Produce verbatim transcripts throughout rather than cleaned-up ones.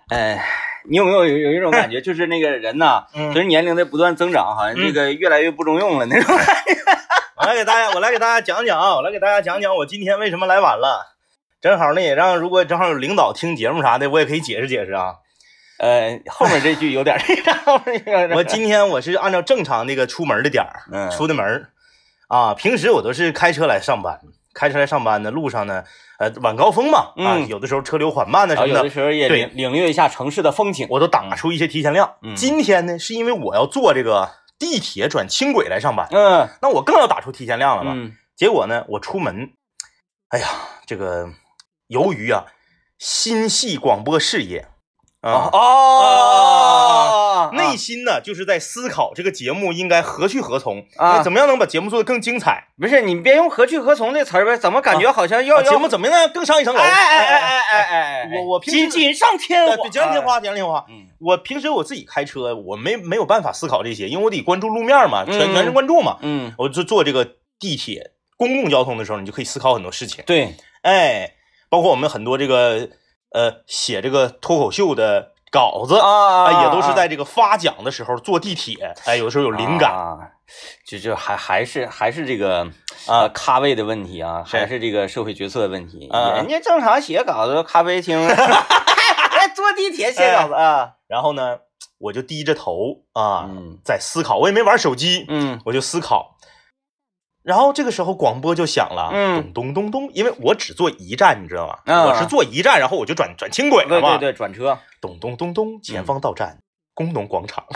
哎，你有没有有有一种感觉，就是那个人呐， 嗯随着年龄的不断增长，好像这个越来越不中用了那种感觉。 我来给大家，我来给大家讲讲啊，我来给大家讲讲我今天为什么来晚了。正好呢，也让如果正好有领导听节目啥的，我也可以解释解释啊。 呃，后面这句有点儿， 我今天我是按照正常那个出门的点儿、 嗯、 出的门啊。平时我都是开车来上班，开车来上班的路上呢，呃，晚高峰嘛，啊， 嗯、 有的时候车流缓慢的什么的， 有的时候也领领略一下城市的风情， 我都打出一些提前量。 嗯、 今天呢，是因为我要坐这个地铁转轻轨来上班， 嗯， 那我更要打出提前量了嘛。 嗯、 结果呢，我出门，哎呀，这个由于啊，心系广播事业。啊哦， 内心呢就是在思考这个节目应该何去何从啊？ 怎么样能把节目做得更精彩？ 不是你别用何去何从这词儿呗，怎么感觉好像要、 啊、节目怎么样更上一层楼？ 哎哎哎哎哎哎！ 我我平时锦锦上添花， 对，锦上添花，锦上添花。 嗯， 我平时我自己开车，我没没有办法思考这些，因为我得关注路面嘛，全全神贯注嘛。 嗯， 我就坐这个地铁公共交通的时候，你就可以思考很多事情。 对， 哎，包括我们很多这个。呃，写这个脱口秀的稿子啊、 哎，也都是在这个发奖的时候坐地铁，哎，有的时候有灵感， 啊、就就还还是还是这个啊咖位的问题啊，还是这个社会决策的问题。 啊、 人家正常写稿子，咖啡厅，哎，坐地铁写稿子啊。 然后呢，我就低着头啊， 嗯、 在思考，我也没玩手机， 嗯， 我就思考。然后这个时候广播就响了， 嗯， 咚咚咚咚，因为我只坐一站，你知道吗？ 啊、 我是坐一站，然后我就转转轻轨了嘛。 对对对，转车， 咚咚咚咚，前方到站，嗯、工农广场。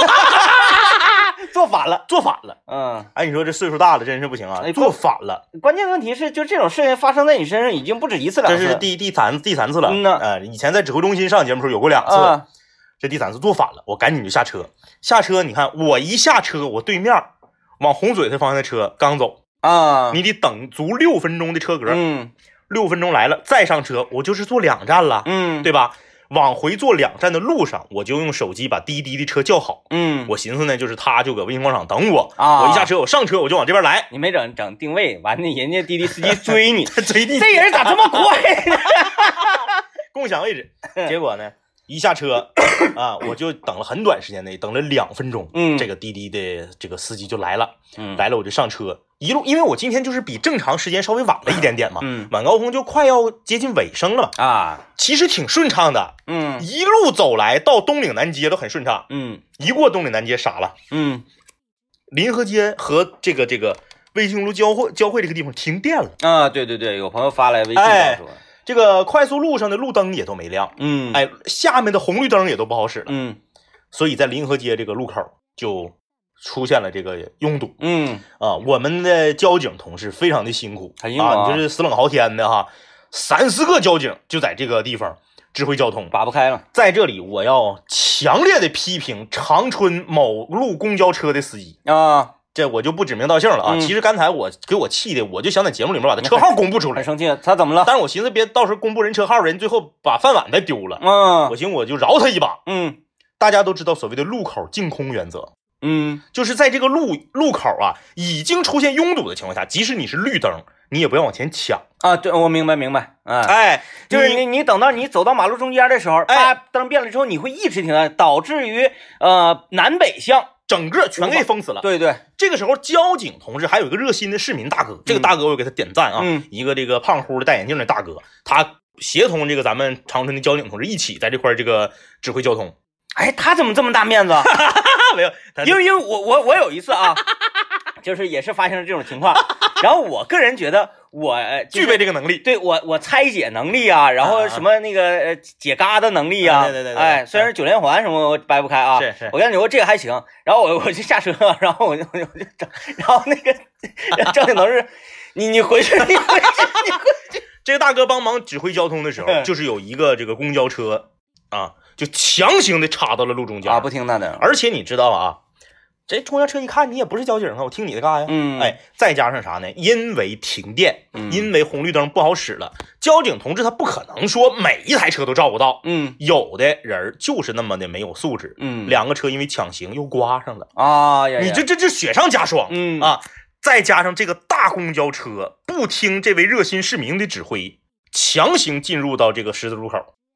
坐反了， 坐反了。 嗯， 哎，你说这岁数大了，真是不行啊！ 哎、 坐反了。 关键问题是，就这种事情发生在你身上已经不止一次两次， 这是第第三第三次了。 嗯呐， 呃，以前在指挥中心上节目的时候有过两次， 啊、 这第三次坐反了，我赶紧就下车。下车，你看我一下车，我对面往洪水的方向的车刚走。 啊， 你得等足六分钟的车格， 嗯， 六分钟来了再上车，我就是坐两站了， 嗯， 对吧？往回坐两站的路上，我就用手机把滴滴的车叫好， 嗯， 我寻思呢，就是他就搁卫星广场等我， 啊， 我一下车我上车我就往这边来， 你没整整定位，完了人家滴滴司机追你， 追你， 这人咋这么快呢？ 共享位置，结果呢？一下车啊，我就等了很短时间内，等了两分钟， 嗯， 这个滴滴的这个司机就来了， 嗯， 来了我就上车，一路，因为我今天就是比正常时间稍微晚了一点点嘛， 嗯， 晚高峰就快要接近尾声了啊， 其实挺顺畅的， 嗯， 一路走来到东岭南街都很顺畅， 嗯， 一过东岭南街傻了， 嗯， 临河街和这个这个卫星路交汇交汇这个地方停电了啊，对对对，有朋友发来微信告诉我。哎这个快速路上的路灯也都没亮， 嗯， 哎，下面的红绿灯也都不好使了， 嗯， 所以在临河街这个路口就出现了这个拥堵， 嗯啊，我们的交警同事非常的辛苦， 很辛苦啊，你就是死冷豪天的哈，三四个交警就在这个地方指挥交通， 拔不开了。 在这里，我要强烈的批评长春某路公交车的司机啊。 这我就不指名道姓了啊！ 嗯、 其实刚才我给我气的，我就想在节目里面把他车号公布出来。 很生气，他怎么了？ 但是我寻思别到时候公布人车号，人最后把饭碗再丢了。 嗯， 我寻思我就饶他一把。 嗯， 大家都知道所谓的路口净空原则。 嗯， 就是在这个路路口啊已经出现拥堵的情况下，即使你是绿灯，你也不要往前抢啊。对，我明白明白。啊， 哎， 就是你你等到你走到马路中间的时候，哎，灯变了之后，你会一直停在，导致于呃南北向。 整个全给封死了。 对对， 这个时候交警同志还有一个热心的市民大哥，这个大哥我给他点赞啊， 嗯、 一个这个胖乎的戴眼镜的大哥，他协同这个咱们长春的交警同志一起在这块这个指挥交通。 哎，他怎么这么大面子？ 没有， 因为因为我我我有一次啊，就是也是发生了这种情况，然后我个人觉得我、就是、 具备这个能力， 对我我拆解能力啊，然后什么那个呃解疙瘩能力啊， 啊对对对对， 哎，虽然是九连环什么我掰不开啊， 是是， 我跟你说这个还行，然后我我就下车，然后我就我就我就整，然后那个交警同志，你你回去你回去你回去， 这个大哥帮忙指挥交通的时候，就是有一个这个公交车啊，就强行的插到了路中间啊，不听他的， 而且你知道啊。这公交车一看你也不是交警啊，我听你的干啥呀？ 嗯， 哎，再加上啥呢？因为停电， 嗯、 因为红绿灯不好使了，交警同志他不可能说每一台车都照顾到， 嗯， 有的人就是那么的没有素质， 嗯， 两个车因为抢行又刮上了啊呀， 你这这这雪上加霜， 嗯啊，再加上这个大公交车不听这位热心市民的指挥，强行进入到这个十字路口。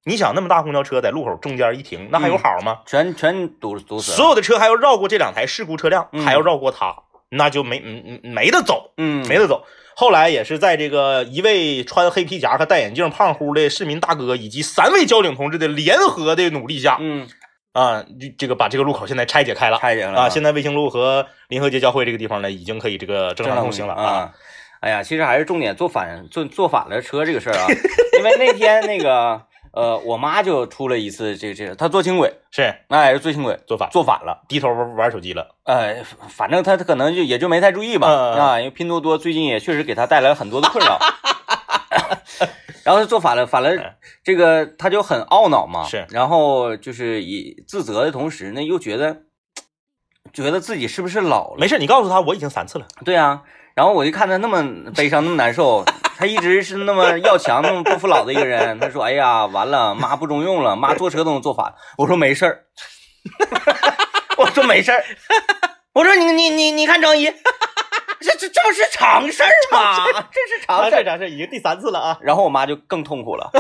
你想那么大公交车在路口中间一停，那还有好吗？ 嗯、全全堵堵死了， 所有的车还要绕过这两台事故车辆， 嗯、 还要绕过它，那就没嗯没得走， 嗯， 没得走。后来也是在这个一位穿黑皮夹和戴眼镜胖乎的市民大哥以及三位交警同志的联合的努力下， 嗯啊，这个把这个路口现在拆解开了， 拆解了啊，现在卫星路和临河街交汇这个地方呢，已经可以这个正常通行了啊。 哎呀，其实还是重点做反做做反了车这个事儿啊，因为那天那个呃，我妈就出了一次这这，她坐轻轨是， 哎，坐轻轨做反做反了， 低头玩手机了， 呃，反正她她可能就也就没太注意吧， 嗯、 啊，因为拼多多最近也确实给她带来了很多的困扰。然后他做反了，反了，这个他就很懊恼嘛， 是， 然后就是以自责的同时呢，又觉得觉得自己是不是老了？ 没事，你告诉他我已经三次了。 对啊，然后我就看他那么悲伤，那么难受，他一直是那么要强、那么不服老的一个人。他说：“哎呀，完了，妈不中用了，妈坐车都能坐反。”我说：“没事儿。”我说：“没事儿。”我说：“你你你你看张一。”这这这不是常事儿吗？这是常事儿， 常事儿，已经第三次了啊！ 然后我妈就更痛苦了。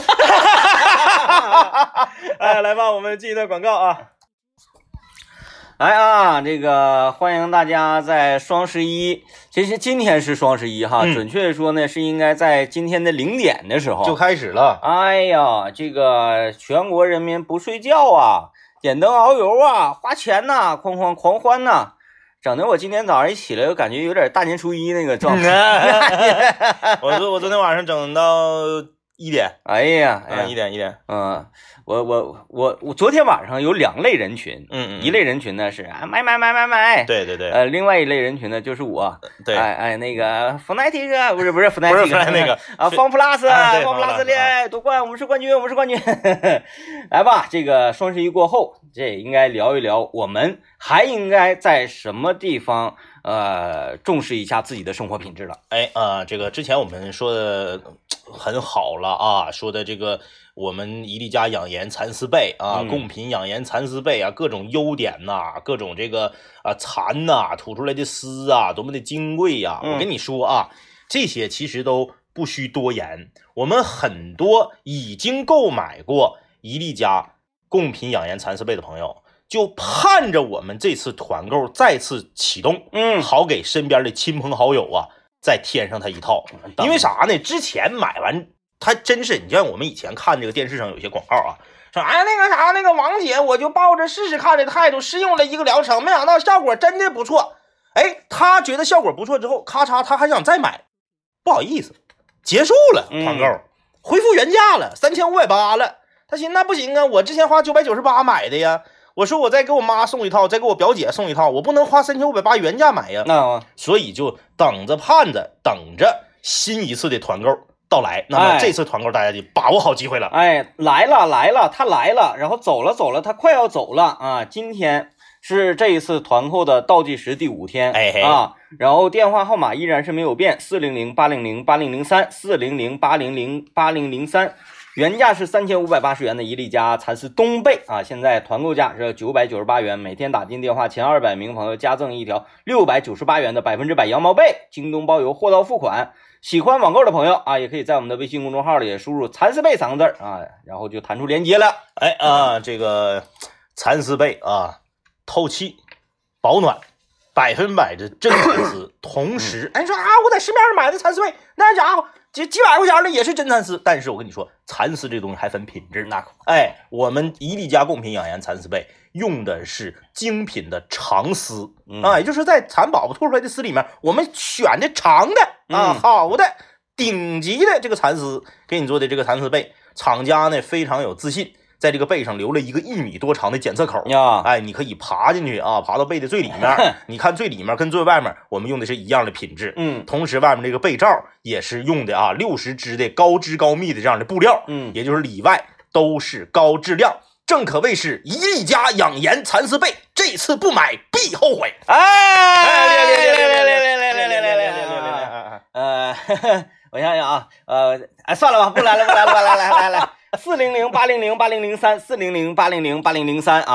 哎，来吧，我们进一段广告啊！ 来啊，这个欢迎大家在双十一，其实今天是双十一哈， 嗯、 准确说呢是应该在今天的零点的时候就开始了。 哎呀，这个全国人民不睡觉啊，点灯熬油啊，花钱呐、啊，哐哐狂欢呐、啊。整的我今天早上一起来，我感觉有点大年初一那个状态。 我昨我昨天晚上整到一点， 哎呀，哎呀， 一点一点， 嗯，我我我我昨天晚上有两类人群， 嗯嗯， 一类人群呢是啊买买买买买， 对对对， 呃，另外一类人群呢就是我， 对， 哎哎那个 Fnatic 不是不是 Fnatic 不是 Fnatic 那个啊 Fun Plus 啊 Fun Plus 恋爱夺冠，我们是冠军，我们是冠军。来吧，这个双十一过后，这应该聊一聊我们还应该在什么地方呃重视一下自己的生活品质了。 哎啊、呃，这个之前我们说的很好了啊，说的这个我们伊利家养颜蚕丝被啊， 嗯、 贡品养颜蚕丝被啊，各种优点呐、啊，各种这个啊蚕呐、啊、吐出来的丝啊，多么的金贵呀、啊嗯！我跟你说啊，这些其实都不需多言，我们很多已经购买过伊利家贡品养颜蚕丝被的朋友，就盼着我们这次团购再次启动， 嗯， 好给身边的亲朋好友啊再添上它一套。因为啥呢？之前买完，它真是你像我们以前看这个电视上有些广告啊，说哎那个啥那个王姐，我就抱着试试看的态度试用了一个疗程，没想到效果真的不错。哎，他觉得效果不错之后，咔嚓他还想再买，不好意思，结束了团购， 嗯、 恢复原价了，三千五百八了。他寻思那不行啊，我之前花九百九十八买的呀。我说我再给我妈送一套，再给我表姐送一套，我不能花三千五百八原价买呀。 那所以就等着盼着，等着新一次的团购到来。那么这次团购大家就把握好机会了。 哎，来了来了，他来了，然后走了走了，他快要走了啊！今天是这一次团购的倒计时第五天， 哎嘿啊，然后电话号码依然是没有变，四零零八零零八零零三，四零零八零零八零零三。原价是三千五百八十元的伊利家蚕丝冬被啊，现在团购价是九百九十八元，每天打进电话前二百名朋友加赠一条六百九十八元的百分之百羊毛被，京东包邮，货到付款。喜欢网购的朋友啊，也可以在我们的微信公众号里输入蚕丝被三个字啊，然后就弹出链接了。 哎啊，这个蚕丝被啊，透气保暖，百分百的真蚕丝，同时哎说啊，我在市面上买的蚕丝被，那家伙几几百块钱的也是真蚕丝，但是我跟你说，蚕丝这东西还分品质。 那哎，我们伊利家贡品养颜蚕丝被用的是精品的长丝、嗯、啊，也就是在蚕宝宝吐出来的丝里面，我们选的长的啊， 嗯、 好的顶级的这个蚕丝给你做的这个蚕丝被，厂家呢非常有自信。在这个被上留了一个一米多长的检测口呀， 哎，你可以爬进去啊，爬到被的最里面。你看最里面跟最外面，我们用的是一样的品质。 嗯， 同时外面这个被罩也是用的啊六十支的高织高密的这样的布料， 嗯， 也就是里外都是高质量，正可谓是伊利家养颜蚕丝被，这次不买必后悔。 哎， 来来来来来来来来来来来，呃，我想想啊，呃，哎，算了吧，不来了，不来了，来来来来来。四零零八零零八零零三，四零零八零零八零零三啊，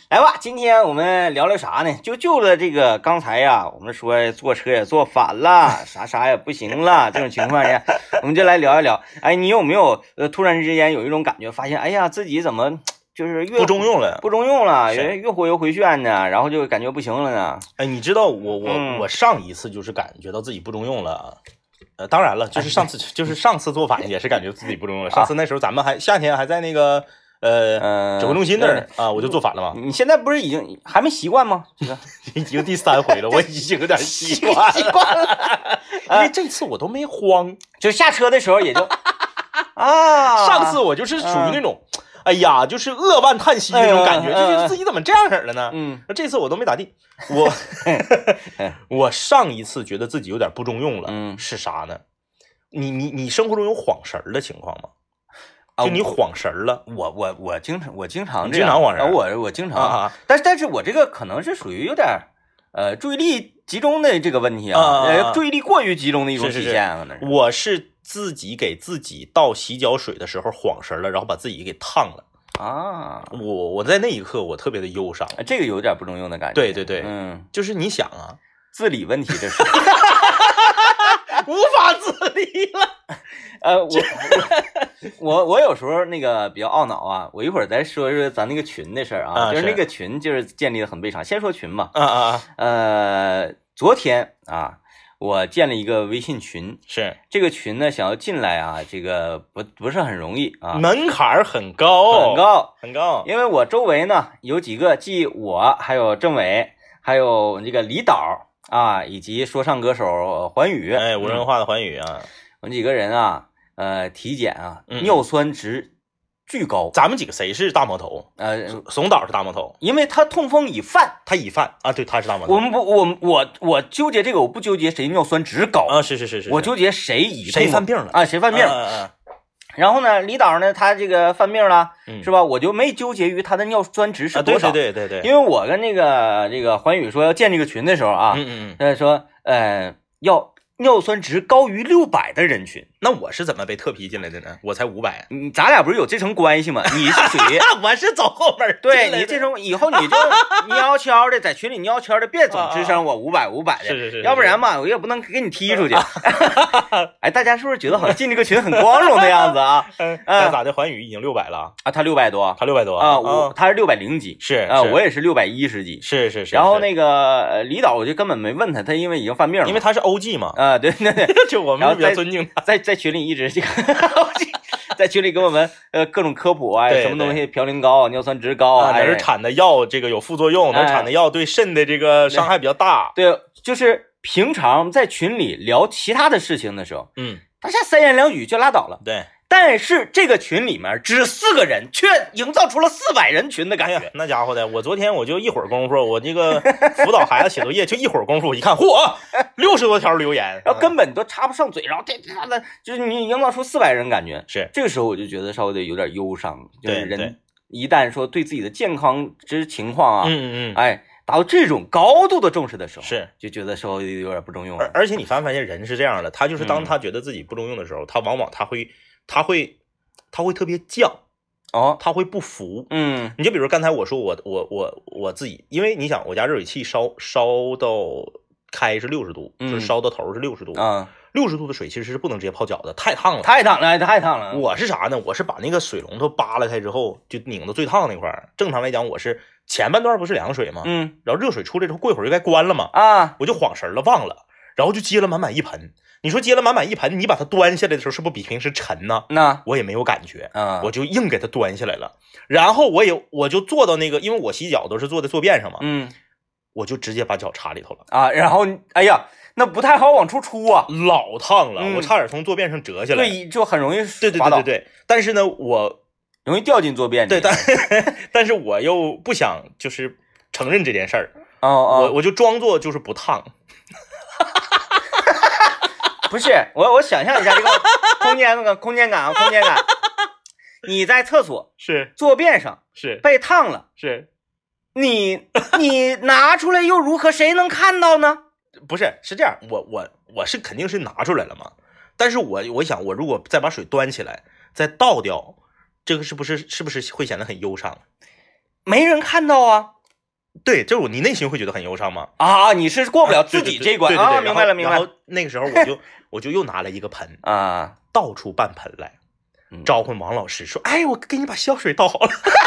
来吧，今天我们聊聊啥呢？就就了这个刚才呀，我们说坐车也坐反了，啥啥也不行了，这种情况下，我们就来聊一聊。哎，你有没有呃突然之间有一种感觉，发现哎呀自己怎么就是越不中用了， 不中用了，越越活越回旋呢，然后就感觉不行了呢？ 哎，你知道我我、 嗯、 我上一次就是感觉到自己不中用了。呃，当然了，就是上次就是上次做反应也是感觉自己不中用了。上次那时候咱们还夏天还在那个。呃，指挥中心那儿啊，我就做反了嘛。 你现在不是已经还没习惯吗？这个已经第三回了，我已经有点习惯习惯了。 因为这次我都没慌， 就下车的时候也就啊。 上次我就是属于那种，哎呀，就是扼腕叹息那种感觉，就觉得自己怎么这样式儿了呢？ 嗯， 这次我都没咋地。我我上一次觉得自己有点不中用了， 嗯， 是啥呢？你你你生活中有晃神儿的情况吗？就你晃神了， 我我我经常我经常经常晃神， 我我经常， 啊、 但是但是我这个可能是属于有点呃注意力集中的这个问题啊， 啊呃注意力过于集中的一种体现可能是。我是自己给自己倒洗脚水的时候晃神了，然后把自己给烫了啊。 我我在那一刻我特别的忧伤， 这个有点不中用的感觉。 对对对， 嗯， 就是你想啊， 自理问题这是无法自理了。 呃，我我我有时候那个比较懊恼啊，我一会儿再说说咱那个群的事儿啊， 啊就是那个群就是建立的很悲伤。先说群吧， 啊啊呃，昨天啊，我建了一个微信群， 是这个群呢，想要进来啊，这个不不是很容易啊， 门槛很高， 很高很高， 因为我周围呢有几个，继我还有政委，还有这个李导啊，以及说唱歌手环宇， 哎，无人化的环宇啊， 嗯、我们几个人啊。呃，体检啊， 嗯、 尿酸值巨高。 咱们几个谁是大魔头？ 呃， 怂导是大魔头， 因为他痛风已犯， 他已犯啊，对，他是大魔头。 我们不，我我我纠结这个，我不纠结谁尿酸值高啊，是是是是， 我纠结谁已谁犯病了啊，谁犯病。 啊啊啊然后呢，李导呢，他这个犯病了， 嗯、 是吧？我就没纠结于他的尿酸值是多少。 啊、对对对对对。 因为我跟那个这个环宇说要建这个群的时候啊， 嗯嗯嗯， 他说呃要。尿酸值高于六百的人群， 那我是怎么被特批进来的呢？我才五百， 你咱俩不是有这层关系吗？你是属于我是走后门， 对你这种以后你就悄悄的在群里悄悄的，别总吱声我五百五百的， 是是是， 要不然嘛我也不能给你踢出去。哎，大家是不是觉得好像进这个群很光荣的样子啊？ 嗯，那咋的？环宇已经六百了啊，他六百多， 他六百多啊，我他是六百零几， 是啊，我也是六百一十几， 是是是。 然后那个李导我就根本没问他，他因为已经犯病了， 因为他是 O G 嘛。 啊，对对对， 就我们比较尊敬他， 在在群里一直这个，在群里给我们呃各种科普啊，什么东西嘌铃高、尿酸值高啊，哪儿产的药这个有副作用，哪儿产的药对肾的这个伤害比较大。 对，就是平常在群里聊其他的事情的时候， 嗯， 大家三言两语就拉倒了。 对。 但是这个群里面只四个人，却营造出了四百人群的感觉。 哎、那家伙的，我昨天我就一会儿功夫，我这个辅导孩子写作业就一会儿功夫，我一看，嚯，六十多条留言， 然后根本都插不上嘴，然后这这的，就是你营造出四百人感觉。 是这个时候我就觉得稍微的有点忧伤，就是人人一旦说对自己的健康之情况啊， 嗯嗯， 哎，达到这种高度的重视的时候， 是就觉得稍微有点不中用了。 而而且你发没发现人是这样的，他就是当他觉得自己不中用的时候，嗯、他往往他会他会。他会特别犟哦， 他会不服。 嗯， 你就比如刚才我说我我我我自己，因为你想我家热水器烧烧到开是六十度， 嗯、 就是烧到头是六十度啊， 六十度的水其实是不能直接泡脚的，太烫了， 太烫了，太烫了。 我是啥呢？我是把那个水龙头扒拉开之后，就拧到最烫那块儿。正常来讲，我是前半段不是凉水吗？ 嗯， 然后热水出来之后，过一会儿就该关了嘛。 啊， 我就晃神了，忘了，然后就接了满满一盆。你说接了满满一盆，你把它端下来的时候，是不是比平时沉呢？ 那我也没有感觉， 啊， 我就硬给它端下来了。然后我也我就坐到那个，因为我洗脚都是坐在坐便上嘛， 嗯， 我就直接把脚插里头了啊。然后哎呀，那不太好往出出啊， 老烫了， 嗯、 我差点从坐便上折下来。 对，就很容易对对对对对。但是呢，我容易掉进坐便里。 对，但但是我又不想就是承认这件事儿。 哦哦， 我我就装作就是不烫。 不是我，我想象一下这个空间那个空间感啊，空间感。你在厕所是坐便上是被烫了， 是你你拿出来又如何？谁能看到呢？ 不是，是这样，我我我是肯定是拿出来了嘛。但是我我想，我如果再把水端起来，再倒掉，这个是不是是不是会显得很忧伤？ 没人看到啊。 对，就是你内心会觉得很忧伤吗？ 啊，你是过不了自己这关啊， 对对对对对明白了明白了。 然后那个时候我就我就又拿了一个盆啊， 到处搬盆来， 嗯召唤王老师说：“哎，我给你把香水倒好了。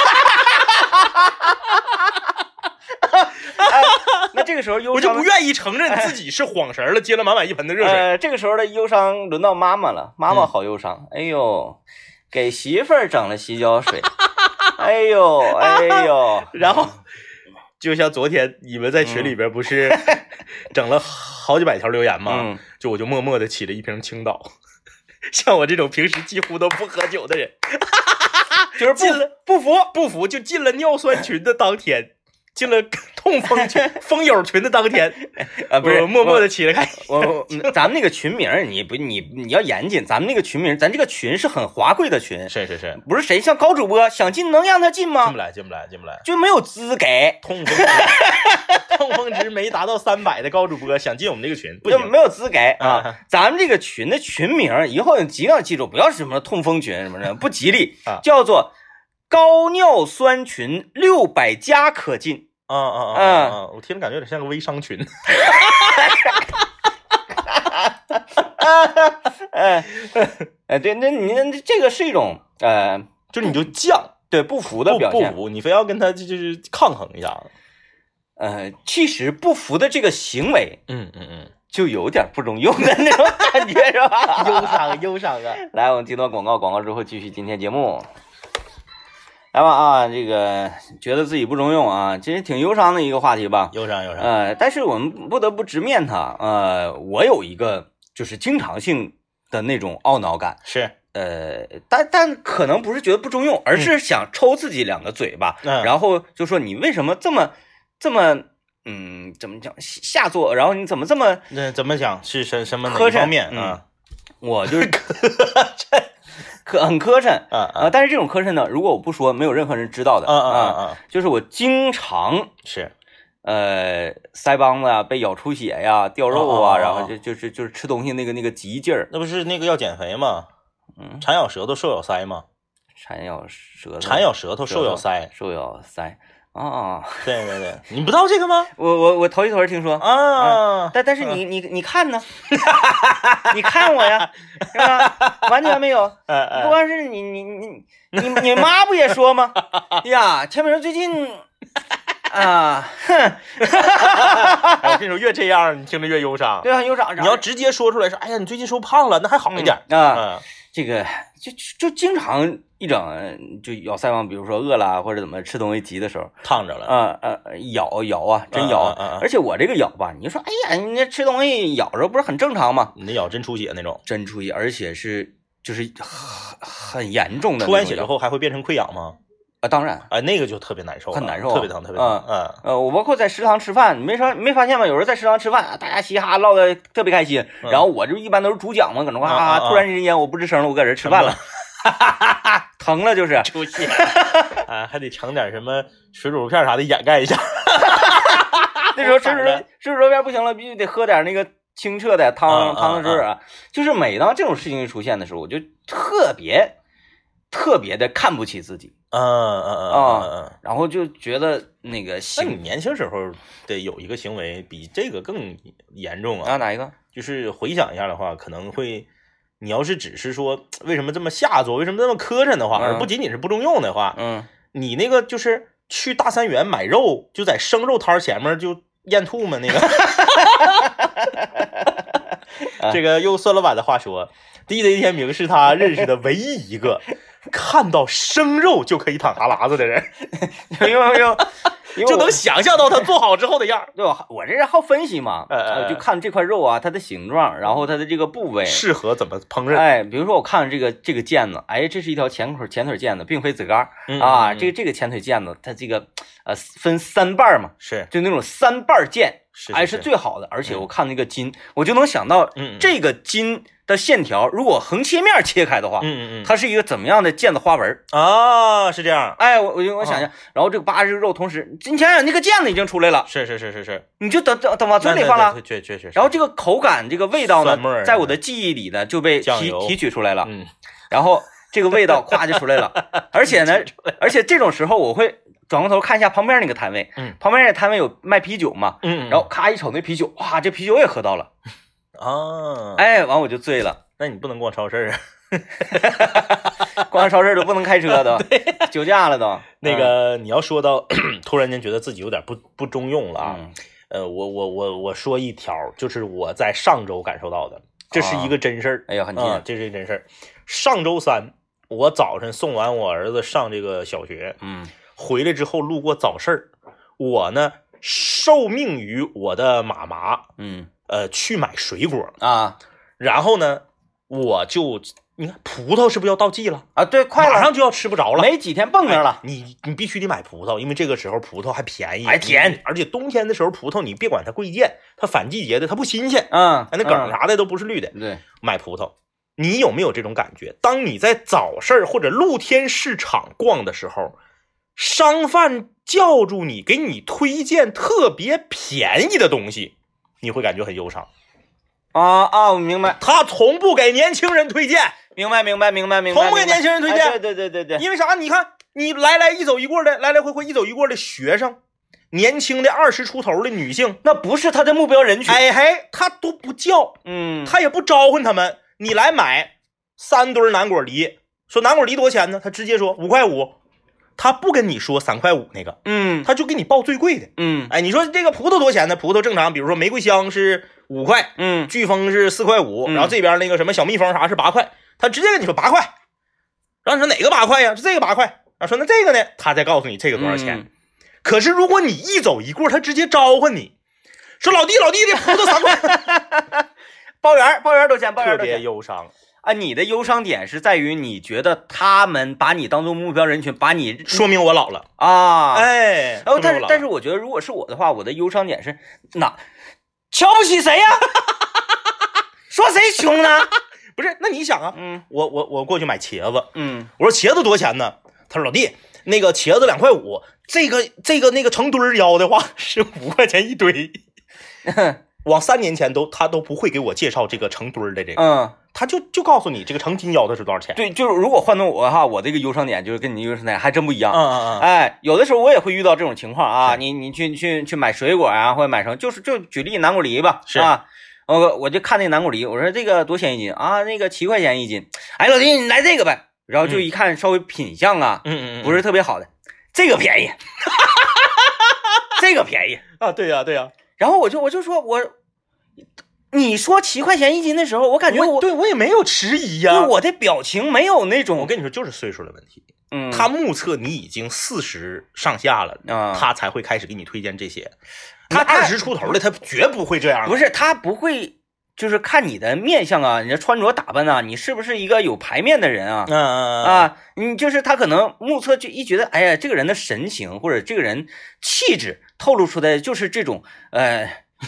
哎”那这个时候忧伤， 我就不愿意承认自己是晃神了，接了满满一盆的热水。 呃，这个时候的忧伤轮到妈妈了，妈妈好忧伤。嗯、哎呦，给媳妇儿整了洗脚水。哎呦哎呦， 然后就像昨天你们在群里边不是整了好几百条留言吗？ 嗯、 就我就默默的起了一瓶青岛。像我这种平时几乎都不喝酒的人， 就是进了不服不服就进了尿酸群的当天。进了痛风群、风友群的当天， 啊，不是我默默的起了开。 我我咱们那个群名，你不你你要严谨，咱们那个群名，咱这个群是很华贵的群， 是是是， 不是谁像高主播想进能让他进吗？ 进不来，进不来，进不来， 就没有资格。 痛风值，痛风值没达到三百的高主播想进我们这个群，不行， 没有资格啊！ 啊咱们这个群的群名以后一定要记住，不要是什么痛风群什么的，不吉利， 啊、 叫做高尿酸群六百加可进。 啊啊啊啊！我听着感觉有点像个微商群。 哎哎，对，那你这个是一种呃， 就是你就犟， 对不服的表现， 不服，你非要跟他就是抗衡一下。 呃，其实不服的这个行为， 嗯嗯嗯， 就有点不中用的那种感觉，是吧？ 忧伤忧伤啊！ 来，我们听到广告，广告之后继续今天节目。来吧啊，这个觉得自己不中用啊，其实挺忧伤的一个话题吧。 忧伤忧伤。 呃，但是我们不得不直面它。呃，我有一个就是经常性的那种懊恼感， 是呃，但但可能不是觉得不中用，而是想抽自己两个嘴巴， 嗯、 然后就说你为什么这么这么嗯怎么讲下作，然后你怎么这么那怎么讲是什什么哪磕碜方面啊？ 嗯、我就是磕碜。磕很磕碜啊啊！但是这种磕碜呢，如果我不说，没有任何人知道的啊啊啊！ 就是我经常是， 呃，腮帮子呀被咬出血呀、掉肉啊， 然后就就是就是吃东西那个那个急劲儿。 那不是那个要减肥吗？ 嗯， 馋咬舌头，瘦咬腮吗？ 馋咬舌头， 馋咬舌头，瘦咬腮， 瘦咬腮。啊， 对对对，你不知道这个吗？ 我我我头一头听说啊， 嗯、但但是你你你看呢？你看我呀，是吧？完全没有，不光是你你你你你妈不也说吗？呀，千明最近啊，哼， 我跟你说，越这样你听着越忧伤。 对啊，忧伤。 你要直接说出来说，哎呀，你最近瘦胖了，那还好一点、 嗯、啊。 嗯， 这个就就经常一整就咬腮帮，比如说饿了或者怎么吃东西急的时候， 烫着了。 啊呃，呃，咬咬啊，真咬。 啊啊啊、 而且我这个咬吧，你说，哎呀，你这吃东西咬着不是很正常吗？ 你那咬真出血那种， 真出血，而且是就是很很严重的。 出完血之后还会变成溃疡吗？ 啊，当然， 哎，那个就特别难受， 很难受、啊， 特别疼，特别疼。 嗯呃，我包括在食堂吃饭，你没说没发现吗？有人在食堂吃饭，大家嘻哈唠的特别开心， 嗯、 然后我就一般都是主讲嘛，搁那哈哈、 啊啊， 突然之间我不吱声了，我搁这吃饭了，哈哈哈，疼了就是出血，啊，还得盛点什么水煮肉片啥的掩盖一下。 那时候吃水吃水煮肉片不行了，必须得喝点那个清澈的汤汤汁啊。就是每当这种事情一出现的时候，我就特别特别的看不起自己。 嗯嗯嗯嗯嗯， 然后就觉得那个， 那你年轻时候的有一个行为比这个更严重啊？ 啊，哪一个？ 就是回想一下的话，可能会，你要是只是说为什么这么下作，为什么这么磕碜的话， 嗯、 而不仅仅是不中用的话， 嗯， 你那个就是去大三元买肉，就在生肉摊前面就咽吐沫那个，这个用孙老板的话说，D J 天明是他认识的唯一一个看到生肉就可以淌哈喇子的人， 因为因为就能想象到他做好之后的样。 对吧？我这是好分析嘛， 呃， 就看这块肉啊，它的形状，然后它的这个部位适合怎么烹饪。 哎，比如说我看这个这个腱子，哎，这是一条前腿前腿腱子，并非子肝、 嗯、 啊。 嗯、 这个这个前腿腱子，它这个呃分三瓣嘛， 是就那种三瓣腱， 是哎是最好的。而且我看那个筋，嗯、我就能想到， 嗯， 这个筋的线条，如果横切面切开的话， 嗯嗯嗯， 它是一个怎么样的腱子花纹啊？是这样。 哎，我我就我想想，啊、然后这个扒这个肉，同时今天那个腱子已经出来了， 是是是是是， 你就等等等往嘴里放了， 确确确。 然后这个口感这个味道呢，在我的记忆里呢就被提提取出来了， 嗯， 然后这个味道咵就出来了，而且呢，而且这种时候我会转过头看一下旁边那个摊位， 嗯， 旁边那个摊位有卖啤酒嘛， 嗯， 然后咔一瞅那啤酒，哇，这啤酒也喝到了啊， 哎，完我就醉了。 那你不能逛超市啊。 逛超市都不能开车都，酒驾了都。 那个你要说到突然间觉得自己有点不不中用了啊， 嗯、 呃，我我我我说一条，就是我在上周感受到的，这是一个真事儿。 哎呀，很近、 啊，这是一个真事儿。上周三我早晨送完我儿子上这个小学， 嗯， 回来之后路过早市儿，我呢受命于我的妈妈， 嗯， 呃，去买水果啊， 然后呢，我就。你看葡萄是不是要到季了啊？对，快了， 马上就要吃不着了， 没几天蹦那了。 哎、你你必须得买葡萄，因为这个时候葡萄还便宜， 还甜， 而且冬天的时候葡萄你别管它贵贱，它反季节的它不新鲜， 嗯， 那梗啥的都不是绿的。 嗯、对， 买葡萄，你有没有这种感觉？当你在早市或者露天市场逛的时候，商贩叫住你，给你推荐特别便宜的东西，你会感觉很忧伤。 啊啊，我明白， 他从不给年轻人推荐。 明白，明白，明白，明白。 从不给年轻人推荐， 哎、对对对对对。 因为啥？你看，你来来一走一过的，来来回回一走一过的学生，年轻的二十出头的女性， 那不是他的目标人群。 哎嘿，他都不叫， 嗯， 他也不招唤他们。你来买三堆南果梨，说南果梨多少钱呢？他直接说五块五，他不跟你说三块五那个， 嗯， 他就给你报最贵的， 嗯， 哎，你说这个葡萄多少钱呢？葡萄正常，比如说玫瑰香是五块， 嗯， 飓风是四块五、 嗯， 然后这边那个什么小蜜蜂啥是八块。他直接跟你说八块，然后你说哪个八块呀？是这个八块啊。说那这个呢？他再告诉你这个多少钱。 嗯、 可是如果你一走一过，他直接招唤你，说老弟老弟的葡萄三块， 包圆包圆多少钱？包圆特别忧伤啊！你的忧伤点是在于你觉得他们把你当做目标人群，把你说明我老了啊！ 哎， 然后但是但是我觉得如果是我的话，我的忧伤点是哪？瞧不起谁呀？说谁穷呢？ 不是，那你想啊， 嗯， 我我我过去买茄子， 嗯， 我说茄子多少钱呢？他说老弟，那个茄子两块五，这个这个那个成堆儿腰的话是五块钱一堆。往三年前都他都不会给我介绍这个成堆儿的这个， 嗯， 他就就告诉你这个成斤腰的是多少钱。 对，就是如果换成我哈，我这个忧伤点就是跟你忧伤点还真不一样。 嗯嗯嗯。 哎，有的时候我也会遇到这种情况啊，你你去去去买水果啊，或者买什么，就是就举例南果梨吧， 是啊。我我就看那个南果梨，我说这个多钱一斤啊？那个七块钱一斤。哎，老弟，你来这个呗。然后就一看，稍微品相啊， 嗯嗯嗯， 不是特别好的，这个便宜，这个便宜啊，对呀、啊、对呀、啊。 然后我就我就说我，你说七块钱一斤的时候，我感觉我对我也没有迟疑呀、 啊，对我的表情没有那种。 我跟你说，就是岁数的问题。 嗯， 他目测你已经四十上下了， 啊， 他才会开始给你推荐这些。他二十出头的，他绝不会这样。 不是，他不会，就是看你的面相啊，你的穿着打扮啊，你是不是一个有排面的人啊？ 嗯嗯啊，你就是他可能目测就一觉得，哎呀，这个人的神情或者这个人气质透露出来就是这种，呃，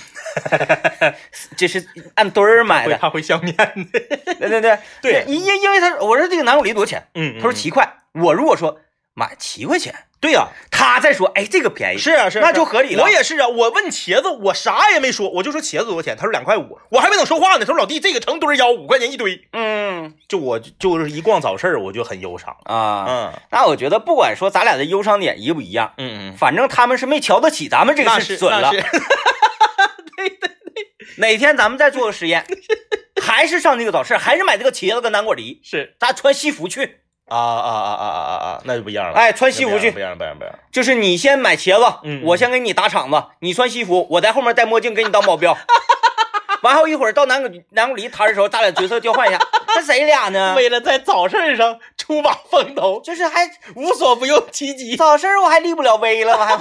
这是按堆儿买的， 他会相面的。 对对对对， 因因为他我说这个南果梨多少钱？ 嗯， 他说七块。我如果说买七块钱， 对呀、啊， 他再说，哎，这个便宜， 是啊是啊， 那就合理了。 我也是啊，我问茄子，我啥也没说，我就说茄子多少钱，他说两块五，我还没等说话呢，他说老弟，这个成堆腰五块钱一堆， 嗯， 就我就是一逛早市我就很忧伤啊， 嗯， 那我觉得不管说咱俩的忧伤点一不一样， 嗯嗯， 反正他们是没瞧得起咱们这个是损了， 对对对， 哪天咱们再做个实验，还是上这个早市，还是买这个茄子跟南果梨， 是， 咱穿西服去。 啊啊啊啊啊啊！那就不一样了。 哎，穿西服去， 不一样，不一样，不一样。 就是你先买茄子， 嗯， 我先给你打场子，你穿西服，我在后面戴墨镜给你当保镖。完后一会儿到南果南果梨摊的时候，咱俩角色交换一下，那谁俩呢？ 为了在早市上出把风头， 就是还无所不用其极。 早市我还立不了威了，我还。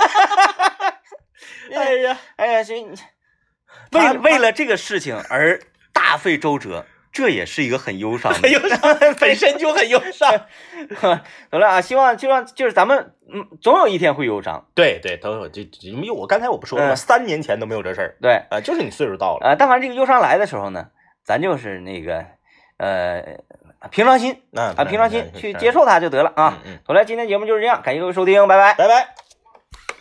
哎呀， 哎呀，这为为了这个事情而大费周折。这也是一个很忧伤的， 很忧伤，本身就很忧伤。 得了啊，希望希望就是咱们，嗯，总有一天会忧伤。 对对，都有。这因为我刚才我不说了吗？嗯、三年前都没有这事儿。 对， 啊、呃，就是你岁数到了啊、呃。但凡这个忧伤来的时候呢，咱就是那个呃平常心啊、呃，平常心去接受它就得了啊。 嗯嗯。 好了，今天节目就是这样，感谢各位收听，拜拜， 拜拜。